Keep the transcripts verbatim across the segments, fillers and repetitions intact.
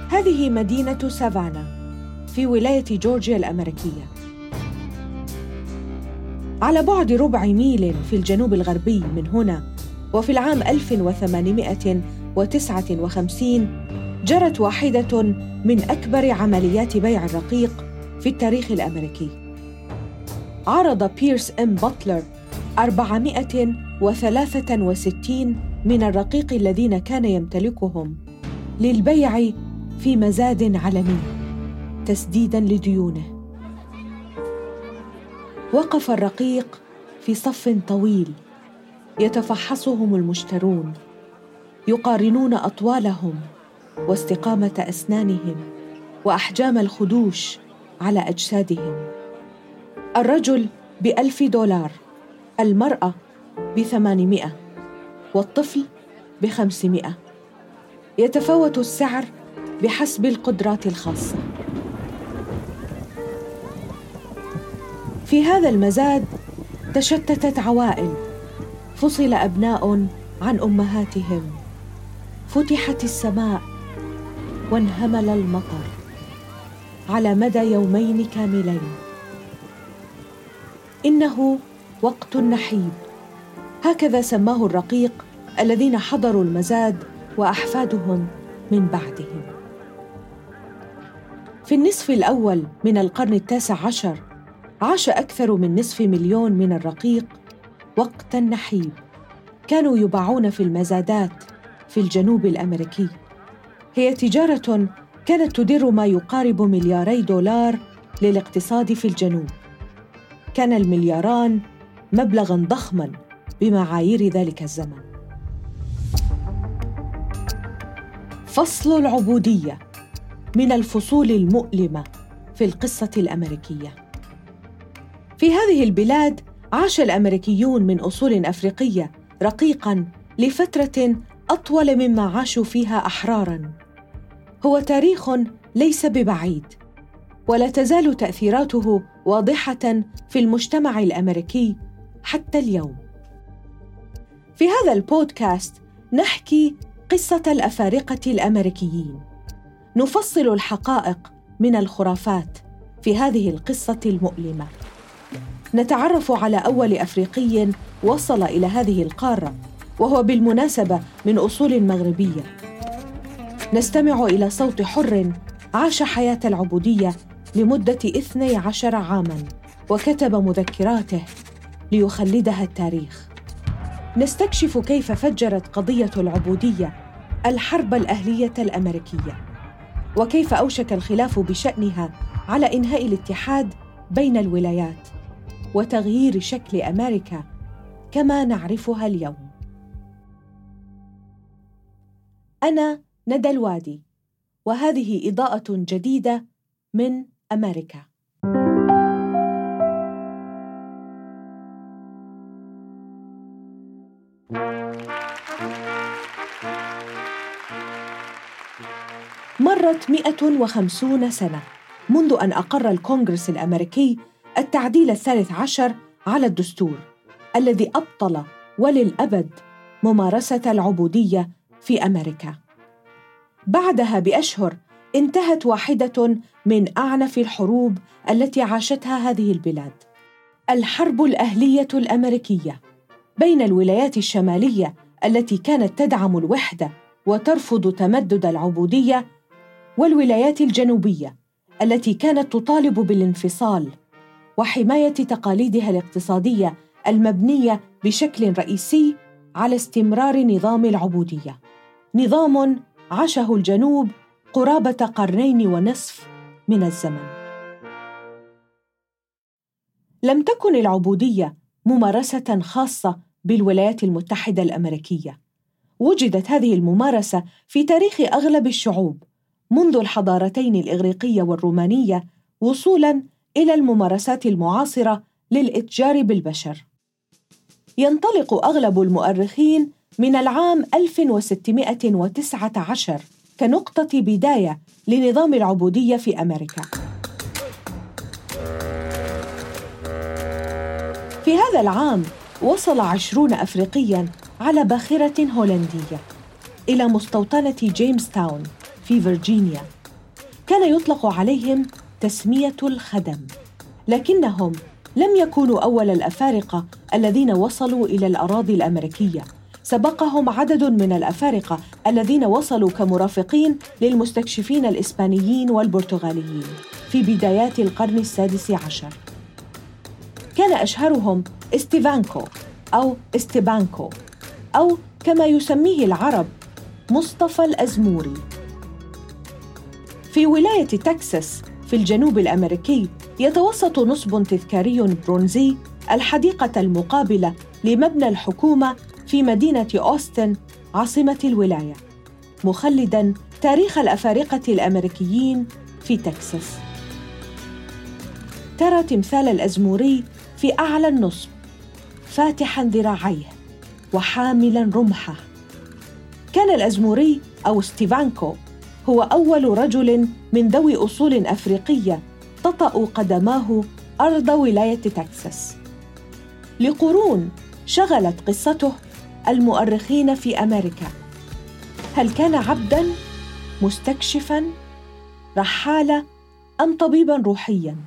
هذه مدينة سافانا في ولاية جورجيا الأمريكية، على بعد ربع ميل في الجنوب الغربي من هنا. وفي العام ألف وثمانمائة وتسعة وخمسين جرت واحدة من أكبر عمليات بيع الرقيق في التاريخ الأمريكي. عرض بيرس إم باتلر أربعمائة وثلاثة وستين من الرقيق الذين كان يمتلكهم للبيع في مزاد علني تسديداً لديونه. وقف الرقيق في صف طويل يتفحصهم المشترون، يقارنون أطوالهم واستقامة أسنانهم وأحجام الخدوش على أجسادهم. الرجل بألف دولار، المرأة بثمانمائة، والطفل بخمسمائة. يتفاوت السعر بحسب القدرات الخاصة. في هذا المزاد تشتتت عوائل، فصل أبناء عن أمهاتهم، فتحت السماء وانهمل المطر على مدى يومين كاملين. إنه وقت النحيب، هكذا سماه الرقيق الذين حضروا المزاد وأحفادهم من بعدهم. في النصف الأول من القرن التاسع عشر عاش أكثر من نصف مليون من الرقيق وقت النحيب، كانوا يباعون في المزادات في الجنوب الأمريكي. هي تجارة كانت تدر ما يقارب ملياري دولار للاقتصاد في الجنوب. كان الملياران مبلغاً ضخماً بمعايير ذلك الزمن. فصل العبودية من الفصول المؤلمة في القصة الأمريكية. في هذه البلاد عاش الأمريكيون من أصول أفريقية رقيقاً لفترة أطول مما عاشوا فيها أحراراً. هو تاريخ ليس ببعيد، ولا تزال تأثيراته واضحة في المجتمع الأمريكي حتى اليوم. في هذا البودكاست نحكي قصة الأفارقة الأمريكيين، نفصل الحقائق من الخرافات في هذه القصة المؤلمة. نتعرف على أول أفريقي وصل إلى هذه القارة، وهو بالمناسبة من أصول مغربية. نستمع إلى صوت حر عاش حياة العبودية لمدة اثني عشر عاماً، وكتب مذكراته ليخلدها التاريخ. نستكشف كيف فجرت قضية العبودية الحرب الأهلية الأمريكية، وكيف أوشك الخلاف بشأنها على إنهاء الاتحاد بين الولايات وتغيير شكل أمريكا كما نعرفها اليوم. أنا ندى الوادي، وهذه إضاءة جديدة من أمريكا. مرت مئة وخمسون سنة منذ أن أقر الكونغرس الأمريكي التعديل الثالث عشر على الدستور الذي أبطل وللأبد ممارسة العبودية في أمريكا. بعدها بأشهر انتهت واحدة من أعنف الحروب التي عاشتها هذه البلاد، الحرب الأهلية الأمريكية بين الولايات الشمالية التي كانت تدعم الوحدة وترفض تمدد العبودية، والولايات الجنوبية التي كانت تطالب بالانفصال وحماية تقاليدها الاقتصادية المبنية بشكل رئيسي على استمرار نظام العبودية، نظام عاشه الجنوب قرابة قرنين ونصف من الزمن. لم تكن العبودية ممارسة خاصة بالولايات المتحدة الأمريكية. وجدت هذه الممارسة في تاريخ أغلب الشعوب منذ الحضارتين الإغريقية والرومانية وصولاً إلى الممارسات المعاصرة للإتجار بالبشر. ينطلق أغلب المؤرخين من العام ألف وستمائة وتسعة عشر كنقطة بداية لنظام العبودية في أمريكا. في هذا العام وصل عشرون أفريقياً على باخرة هولندية إلى مستوطنة جيمس تاون في فرجينيا كان يطلق عليهم تسمية الخدم، لكنهم لم يكونوا أول الأفارقة الذين وصلوا إلى الأراضي الأمريكية. سبقهم عدد من الأفارقة الذين وصلوا كمرافقين للمستكشفين الإسبانيين والبرتغاليين في بدايات القرن السادس عشر. كان أشهرهم استيفانكو أو استيبانكو، أو كما يسميه العرب مصطفى الأزموري. في ولاية تكساس في الجنوب الأمريكي يتوسط نصب تذكاري برونزي الحديقة المقابلة لمبنى الحكومة في مدينة أوستن عاصمة الولاية، مخلداً تاريخ الأفارقة الأمريكيين في تكساس. ترى تمثال الأزموري في أعلى النصب فاتحاً ذراعيه وحاملاً رمحه. كان الأزموري أو ستيفانكو هو أول رجل من ذوي أصول أفريقية تطأ قدماه أرض ولاية تكساس. لقرون شغلت قصته المؤرخين في أمريكا. هل كان عبداً، مستكشفاً، رحالة، أم طبيباً روحياً؟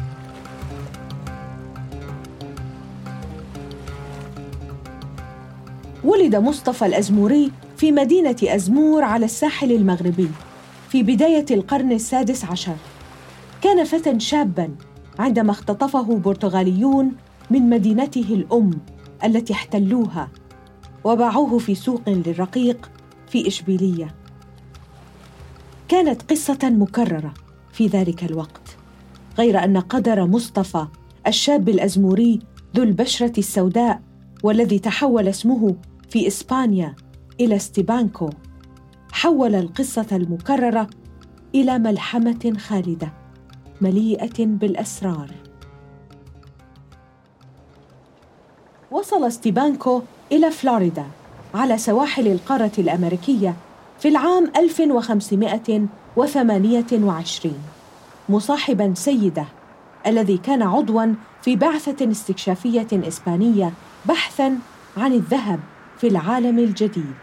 ولد مصطفى الأزموري في مدينة أزمور على الساحل المغربي في بداية القرن السادس عشر. كان فتى شاباً عندما اختطفه برتغاليون من مدينته الأم التي احتلوها وباعوه في سوق للرقيق في إشبيلية. كانت قصة مكررة في ذلك الوقت، غير أن قدر مصطفى الشاب الأزموري ذو البشرة السوداء والذي تحول اسمه في إسبانيا إلى ستيبانكو حول القصة المكررة إلى ملحمة خالدة مليئة بالأسرار. وصل ستيبانكو إلى فلوريدا على سواحل القارة الأمريكية في العام ألف وخمسمائة وثمانية وعشرين، مصاحباً سيده الذي كان عضواً في بعثة استكشافية إسبانية بحثاً عن الذهب في العالم الجديد.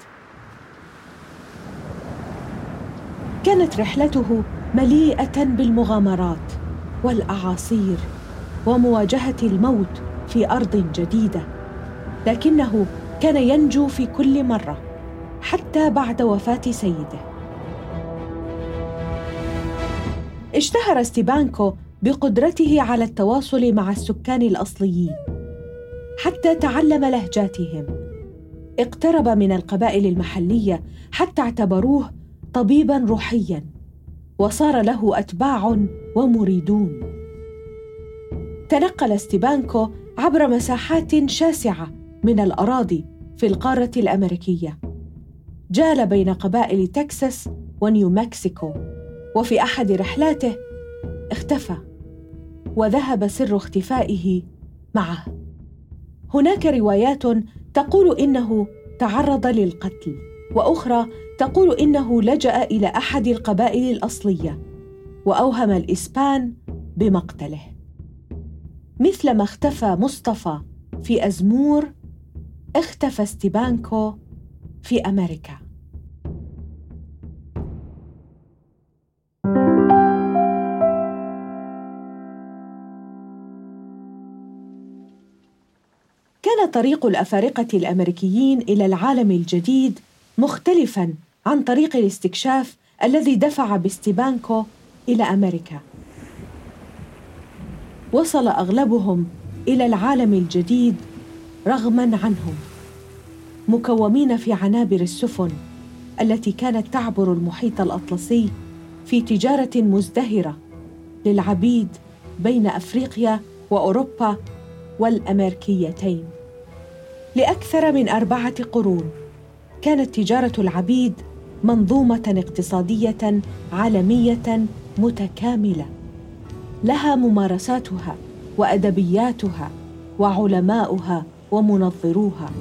كانت رحلته مليئة بالمغامرات والأعاصير ومواجهة الموت في أرض جديدة، لكنه كان ينجو في كل مرة حتى بعد وفاة سيده. اشتهر ستيبانكو بقدرته على التواصل مع السكان الأصليين حتى تعلم لهجاتهم. اقترب من القبائل المحلية حتى اعتبروه طبيباً روحياً، وصار له أتباع ومريدون. تنقل ستيبانكو عبر مساحات شاسعة من الأراضي في القارة الأمريكية، جال بين قبائل تكساس ونيو مكسيكو، وفي أحد رحلاته اختفى، وذهب سر اختفائه معه. هناك روايات تقول إنه تعرض للقتل، وأخرى تقول إنه لجأ إلى أحد القبائل الأصلية وأوهم الإسبان بمقتله. مثلما اختفى مصطفى في أزمور، اختفى ستيبانكو في أمريكا. كان طريق الأفارقة الأمريكيين إلى العالم الجديد مختلفاً عن طريق الاستكشاف الذي دفع بستيبانكو إلى أمريكا. وصل أغلبهم إلى العالم الجديد رغماً عنهم، مكومين في عنابر السفن التي كانت تعبر المحيط الأطلسي في تجارة مزدهرة للعبيد بين أفريقيا وأوروبا والأمريكيتين. لأكثر من أربعة قرون كانت تجارة العبيد منظومة اقتصادية عالمية متكاملة، لها ممارساتها وأدبياتها وعلماؤها ومنظروها.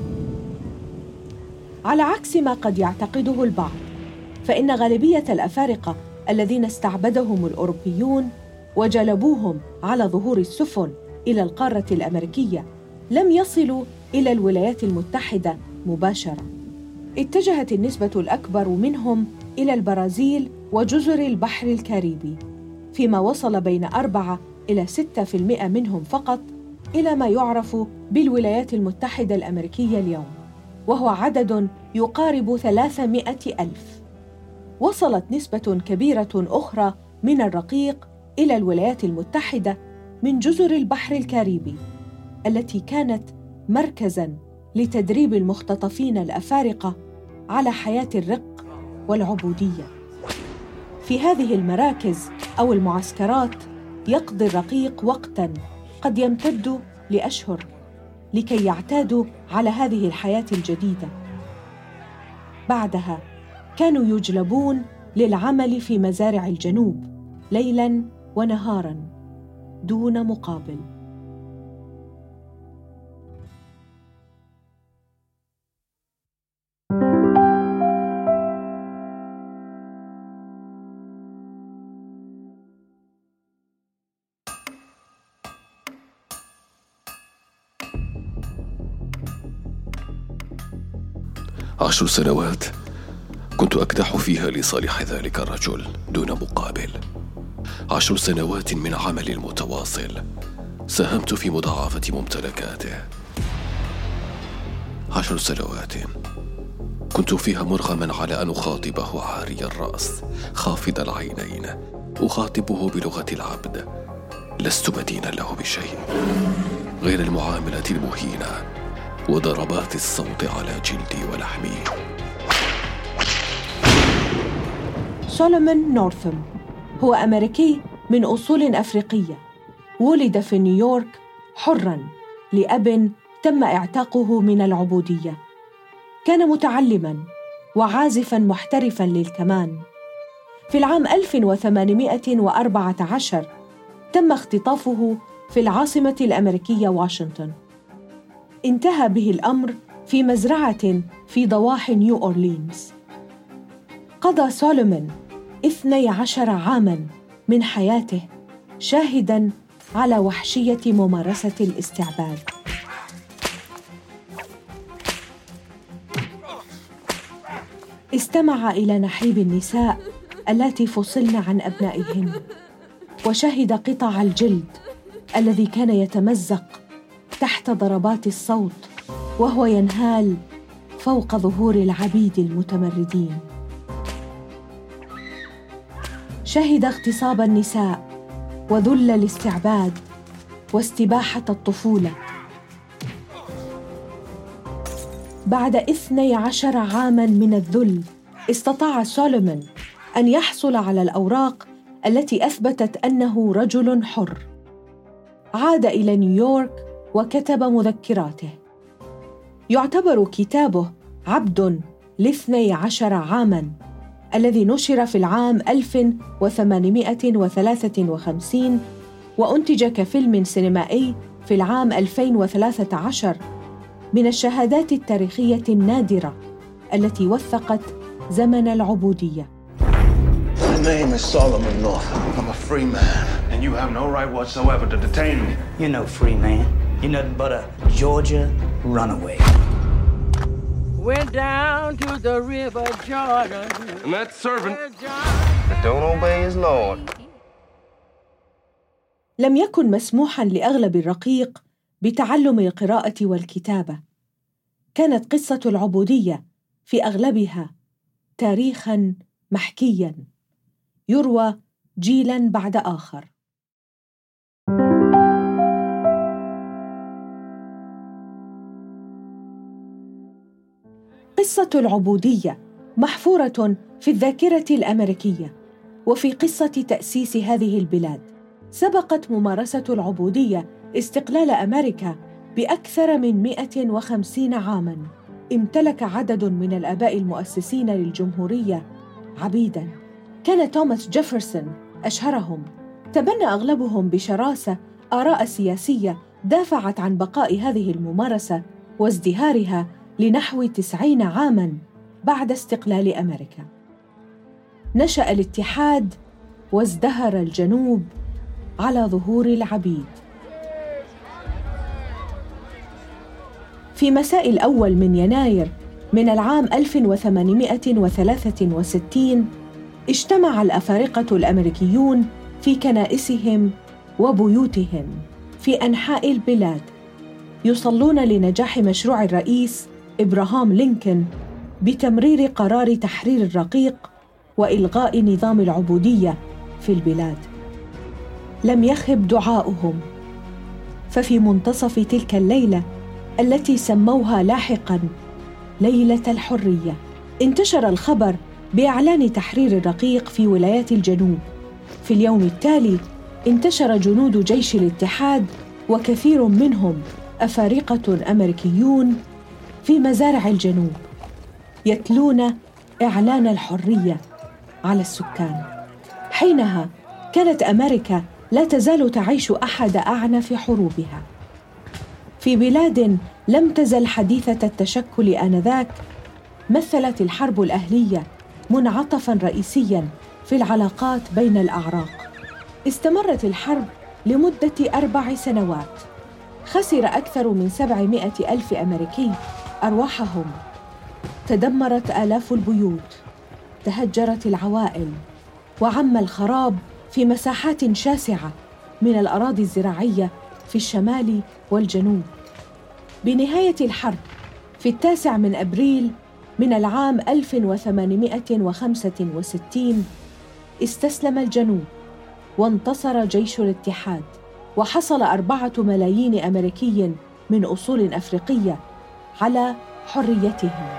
على عكس ما قد يعتقده البعض، فإن غالبية الأفارقة الذين استعبدهم الأوروبيون وجلبوهم على ظهور السفن إلى القارة الأمريكية لم يصلوا إلى الولايات المتحدة مباشرة. اتجهت النسبة الأكبر منهم إلى البرازيل وجزر البحر الكاريبي، فيما وصل بين أربعة إلى ستة في المئة منهم فقط إلى ما يعرف بالولايات المتحدة الأمريكية اليوم، وهو عدد يقارب ثلاثمائة ألف. وصلت نسبة كبيرة أخرى من الرقيق إلى الولايات المتحدة من جزر البحر الكاريبي، التي كانت مركزاً لتدريب المختطفين الأفارقة على حياة الرق والعبودية. في هذه المراكز أو المعسكرات يقضي الرقيق وقتاً قد يمتد لأشهر لكي يعتادوا على هذه الحياة الجديدة. بعدها كانوا يجلبون للعمل في مزارع الجنوب ليلاً ونهاراً دون مقابل. عشر سنوات كنت أكدح فيها لصالح ذلك الرجل دون مقابل. عشر سنوات من عمل متواصل ساهمت في مضاعفة ممتلكاته. عشر سنوات كنت فيها مرغما على أن أخاطبه عاري الرأس خافض العينين، أخاطبه بلغة العبد، لست مدينا له بشيء غير المعاملة المهينة وضربات الصوت على جلدي ولحمي. سولومون نورثم هو أمريكي من أصول أفريقية، ولد في نيويورك حراً لأب تم إعتاقه من العبودية. كان متعلماً وعازفاً محترفاً للكمان. في العام ألف وثمانمائة وأربعة عشر تم اختطافه في العاصمة الأمريكية واشنطن. انتهى به الأمر في مزرعة في ضواحي نيو أورلينز. قضى سولومون اثني عشر عاماً من حياته شاهداً على وحشية ممارسة الاستعباد. استمع إلى نحيب النساء اللاتي فصلن عن أبنائهن، وشهد قطع الجلد الذي كان يتمزق تحت ضربات الصوت وهو ينهال فوق ظهور العبيد المتمردين. شهد اغتصاب النساء وذل الاستعباد واستباحة الطفولة. بعد اثني عشر عاماً من الذل استطاع سولومون أن يحصل على الأوراق التي أثبتت أنه رجل حر. عاد إلى نيويورك وكتب مذكراته. يعتبر كتابه عبد لاثني عشر عاماً الذي نشر في العام ألف وثمانمائة وثلاثة وخمسين وأنتج كفيلم سينمائي في العام ألفين وثلاثة عشر من الشهادات التاريخية النادرة التي وثقت زمن العبودية. My name is Solomon Northam. I'm a free man. And you have no right whatsoever to detain me. You're no free man. You're nothing but a Georgia runaway. Went down to the river Jordan. And that servant that don't obey his Lord. لم يكن مسموحاً لأغلب الرقيق بتعلم القراءة والكتابة. كانت قصة العبودية في أغلبها تاريخاً محكياً يروى جيلاً بعد آخر. قصة العبودية محفورة في الذاكرة الأمريكية وفي قصة تأسيس هذه البلاد. سبقت ممارسة العبودية استقلال أمريكا بأكثر من مئة وخمسين عاماً. امتلك عدد من الآباء المؤسسين للجمهورية عبيداً. كان توماس جيفرسون أشهرهم. تبنى أغلبهم بشراسة آراء سياسية دافعت عن بقاء هذه الممارسة وازدهارها لنحو تسعين عاماً بعد استقلال أمريكا. نشأ الاتحاد وازدهر الجنوب على ظهور العبيد. في مساء الأول من يناير من العام ألف وثمانمائة وثلاثة وستين اجتمع الأفارقة الأمريكيون في كنائسهم وبيوتهم في أنحاء البلاد يصلون لنجاح مشروع الرئيس إبراهام لينكولن بتمرير قرار تحرير الرقيق وإلغاء نظام العبودية في البلاد. لم يخب دعاؤهم، ففي منتصف تلك الليلة التي سموها لاحقاً ليلة الحرية انتشر الخبر بإعلان تحرير الرقيق في ولايات الجنوب. في اليوم التالي انتشر جنود جيش الاتحاد وكثير منهم أفارقة أمريكيون في مزارع الجنوب يتلون إعلان الحرية على السكان. حينها كانت أمريكا لا تزال تعيش أحد أعنف حروبها. في بلاد لم تزل حديثة التشكل آنذاك، مثلت الحرب الأهلية منعطفاً رئيسياً في العلاقات بين الأعراق. استمرت الحرب لمدة أربع سنوات. خسر أكثر من سبعمائة ألف أمريكي أرواحهم، تدمرت آلاف البيوت، تهجرت العوائل، وعم الخراب في مساحات شاسعة من الأراضي الزراعية في الشمال والجنوب. بنهاية الحرب في التاسع من أبريل من العام ألف وثمانمائة وخمسة وستين استسلم الجنوب وانتصر جيش الاتحاد، وحصل أربعة ملايين أمريكي من أصول أفريقية على حريتهم.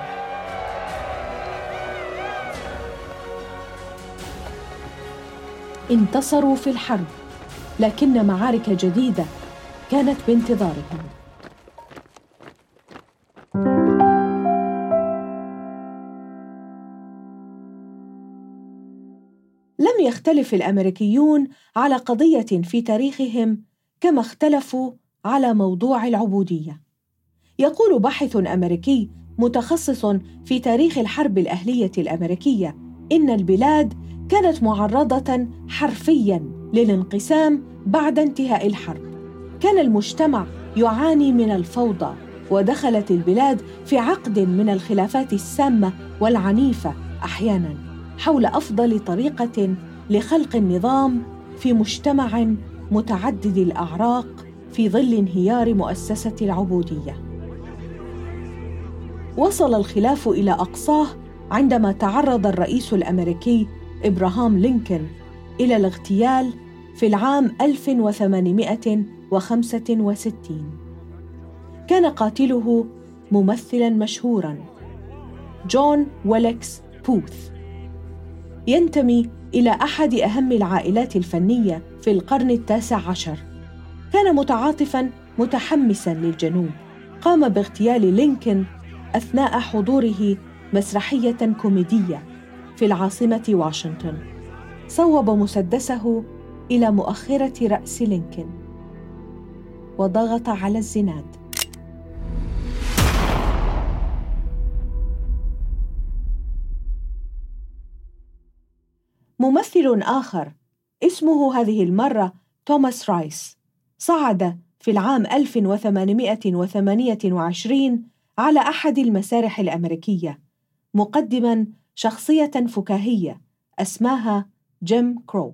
انتصروا في الحرب، لكن معارك جديدة كانت بانتظارهم. لم يختلف الأمريكيون على قضية في تاريخهم كما اختلفوا على موضوع العبودية. يقول باحث أمريكي متخصص في تاريخ الحرب الأهلية الأمريكية إن البلاد كانت معرضة حرفياً للانقسام بعد انتهاء الحرب. كان المجتمع يعاني من الفوضى، ودخلت البلاد في عقد من الخلافات السامة والعنيفة أحياناً حول أفضل طريقة لخلق النظام في مجتمع متعدد الأعراق في ظل انهيار مؤسسة العبودية. وصل الخلاف إلى أقصاه عندما تعرض الرئيس الأمريكي إبراهام لينكولن إلى الاغتيال في العام ألف وثمانمائة وخمسة وستين. كان قاتله ممثلاً مشهوراً جون ويلكس بوث، ينتمي إلى أحد أهم العائلات الفنية في القرن التاسع عشر. كان متعاطفاً متحمساً للجنوب. قام باغتيال لينكولن أثناء حضوره مسرحية كوميدية في العاصمة واشنطن. صوب مسدسه إلى مؤخرة رأس لينكولن وضغط على الزناد. ممثل آخر اسمه هذه المرة توماس رايس صعد في العام ألف وثمانمائة وثمانية وعشرين على أحد المسارح الأمريكية مقدماً شخصية فكاهية اسمها جيم كرو.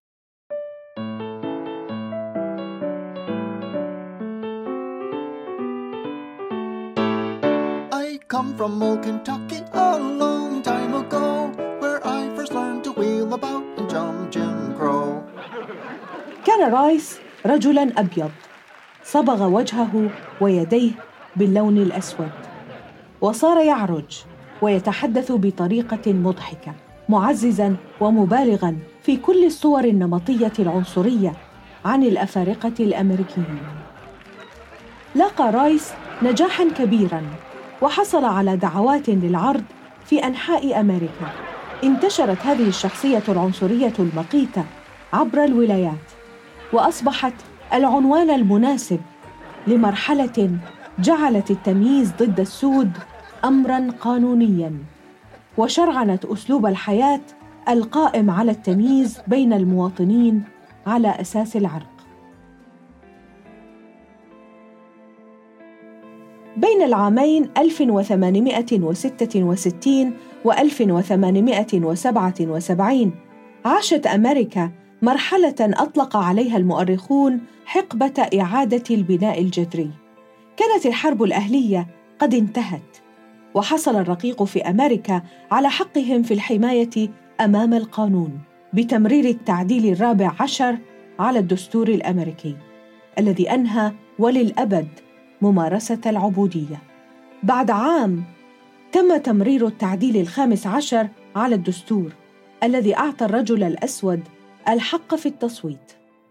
I come from old Kentucky a long time ago, where I first learned to wheel about and jump Jim Crow. كان رايس رجلاً أبيض صبغ وجهه ويديه باللون الأسود، وصار يعرج ويتحدث بطريقة مضحكة، معززاً ومبالغاً في كل الصور النمطية العنصرية عن الأفارقة الأمريكيين. لاقى رايس نجاحاً كبيراً وحصل على دعوات للعرض في أنحاء أمريكا. انتشرت هذه الشخصية العنصرية المقيتة عبر الولايات، وأصبحت العنوان المناسب لمرحلة جعلت التمييز ضد السود أمراً قانونياً، وشرعنت أسلوب الحياة القائم على التمييز بين المواطنين على أساس العرق. بين العامين ألف وثمانمائة وستة وستين وألف وثمانمائة وسبعة وسبعين عاشت أمريكا مرحلة أطلق عليها المؤرخون حقبة إعادة البناء الجذري. كانت الحرب الأهلية قد انتهت، وحصل الرقيق في أمريكا على حقهم في الحماية أمام القانون بتمرير التعديل الرابع عشر على الدستور الأمريكي الذي أنهى وللأبد ممارسة العبودية. بعد عام تم تمرير التعديل الخامس عشر على الدستور الذي أعطى الرجل الأسود الحق في التصويت.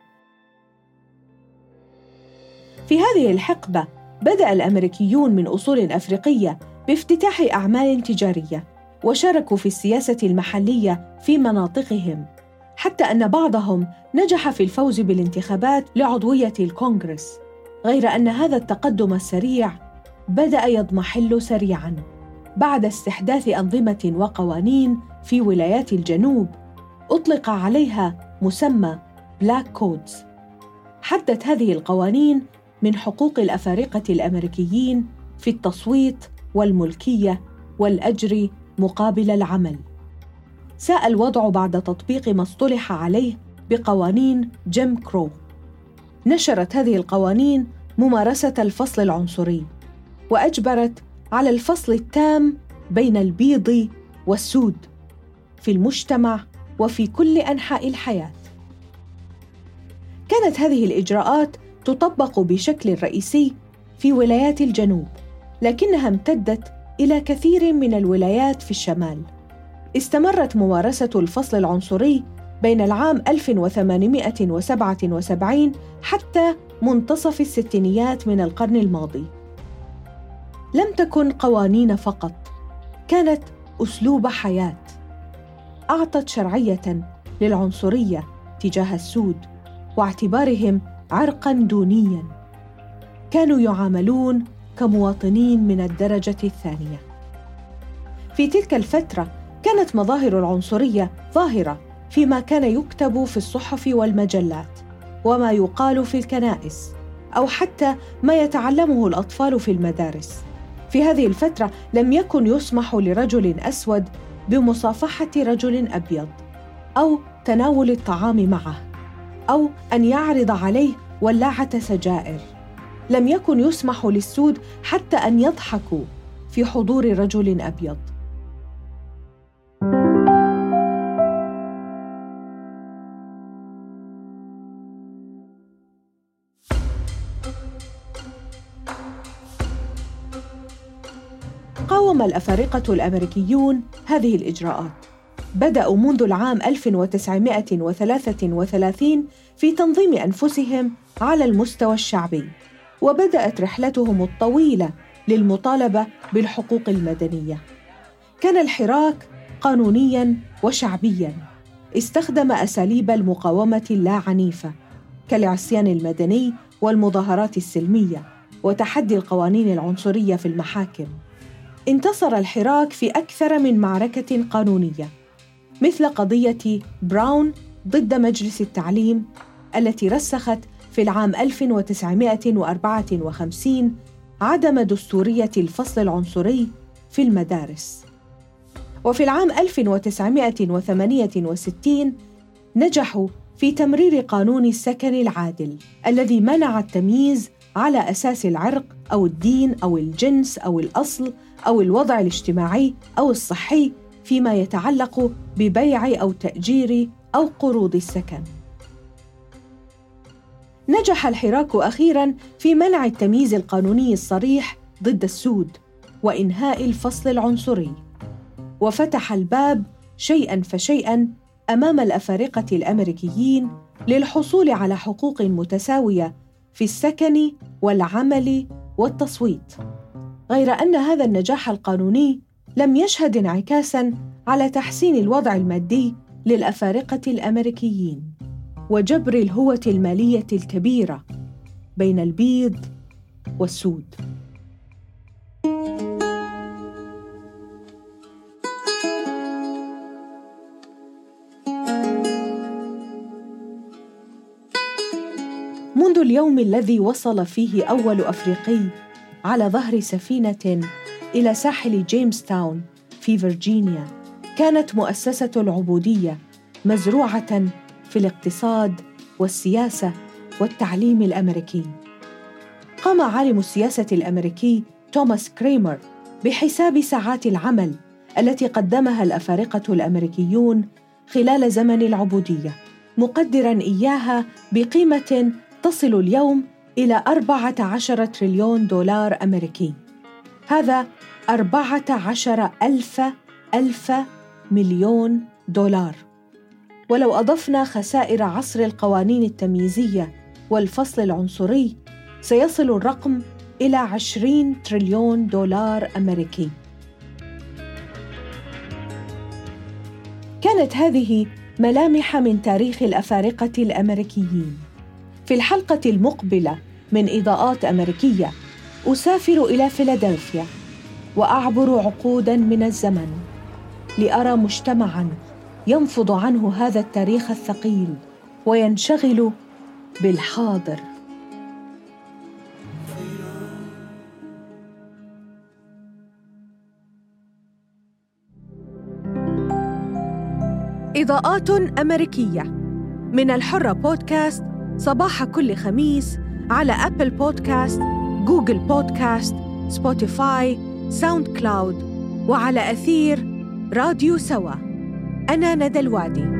في هذه الحقبة بدأ الأمريكيون من أصول أفريقية بافتتاح أعمال تجارية، وشاركوا في السياسة المحلية في مناطقهم، حتى أن بعضهم نجح في الفوز بالانتخابات لعضوية الكونغرس. غير أن هذا التقدم السريع بدأ يضمحل سريعاً بعد استحداث أنظمة وقوانين في ولايات الجنوب أطلق عليها مسمى بلاك كودز. حدت هذه القوانين من حقوق الأفارقة الأمريكيين في التصويت والملكية والأجر مقابل العمل. ساء الوضع بعد تطبيق ما اصطلح عليه بقوانين جيم كرو. نشرت هذه القوانين ممارسة الفصل العنصري، وأجبرت على الفصل التام بين البيض والسود في المجتمع وفي كل أنحاء الحياة. كانت هذه الإجراءات تطبق بشكل رئيسي في ولايات الجنوب، لكنها امتدت إلى كثير من الولايات في الشمال. استمرت ممارسة الفصل العنصري بين العام ألف وثمانمائة وسبعة وسبعين حتى منتصف الستينيات من القرن الماضي. لم تكن قوانين فقط، كانت أسلوب حياة أعطت شرعية للعنصرية تجاه السود واعتبارهم عرقاً دونياً. كانوا يعاملون كمواطنين من الدرجة الثانية. في تلك الفترة كانت مظاهر العنصرية ظاهرة فيما كان يكتب في الصحف والمجلات، وما يقال في الكنائس، أو حتى ما يتعلمه الأطفال في المدارس. في هذه الفترة لم يكن يسمح لرجل أسود بمصافحة رجل أبيض، أو تناول الطعام معه، أو أن يعرض عليه ولاعة سجائر. لم يكن يسمح للسود حتى أن يضحكوا في حضور رجل أبيض. قاوم الأفارقة الأمريكيون هذه الإجراءات. بدأوا منذ العام ألف وتسعمائة وثلاثة وثلاثين في تنظيم أنفسهم على المستوى الشعبي، وبدأت رحلتهم الطويلة للمطالبة بالحقوق المدنية. كان الحراك قانونياً وشعبياً، استخدم أساليب المقاومة اللا عنيفة كالعصيان المدني والمظاهرات السلمية وتحدي القوانين العنصرية في المحاكم. انتصر الحراك في أكثر من معركة قانونية، مثل قضية براون ضد مجلس التعليم التي رسخت في العام ألف وتسعمائة وأربعة وخمسين عدم دستورية الفصل العنصري في المدارس. وفي العام ألف وتسعمائة وثمانية وستين نجحوا في تمرير قانون السكن العادل الذي منع التمييز على أساس العرق أو الدين أو الجنس أو الأصل أو الوضع الاجتماعي أو الصحي فيما يتعلق ببيع أو تأجير أو قروض السكن. نجح الحراك أخيراً في منع التمييز القانوني الصريح ضد السود وإنهاء الفصل العنصري، وفتح الباب شيئاً فشيئاً أمام الأفارقة الأمريكيين للحصول على حقوق متساوية في السكن والعمل والتصويت. غير أن هذا النجاح القانوني لم يشهد انعكاساً على تحسين الوضع المادي للأفارقة الأمريكيين وجبر الهوة المالية الكبيرة بين البيض والسود. منذ اليوم الذي وصل فيه أول أفريقي على ظهر سفينة إلى ساحل جيمس تاون في فيرجينيا. كانت مؤسسة العبودية مزروعة في الاقتصاد والسياسة والتعليم الأمريكي. قام عالم السياسة الأمريكي توماس كريمر بحساب ساعات العمل التي قدمها الأفارقة الأمريكيون خلال زمن العبودية، مقدراً إياها بقيمة تصل اليوم إلى أربعة عشر تريليون دولار أمريكي. هذا أربعة عشر ألف ألف مليون دولار. ولو أضفنا خسائر عصر القوانين التمييزية والفصل العنصري سيصل الرقم إلى عشرين تريليون دولار أمريكي. كانت هذه ملامح من تاريخ الأفارقة الأمريكيين. في الحلقة المقبلة من إضاءات أمريكية أسافر إلى فيلادلفيا وأعبر عقوداً من الزمن لأرى مجتمعاً ينفض عنه هذا التاريخ الثقيل وينشغل بالحاضر. إضاءات أمريكية من الحرة بودكاست، صباح كل خميس على أبل بودكاست، جوجل بودكاست، سبوتيفاي، ساوند كلاود، وعلى أثير راديو سوا. أنا ندى الوادي.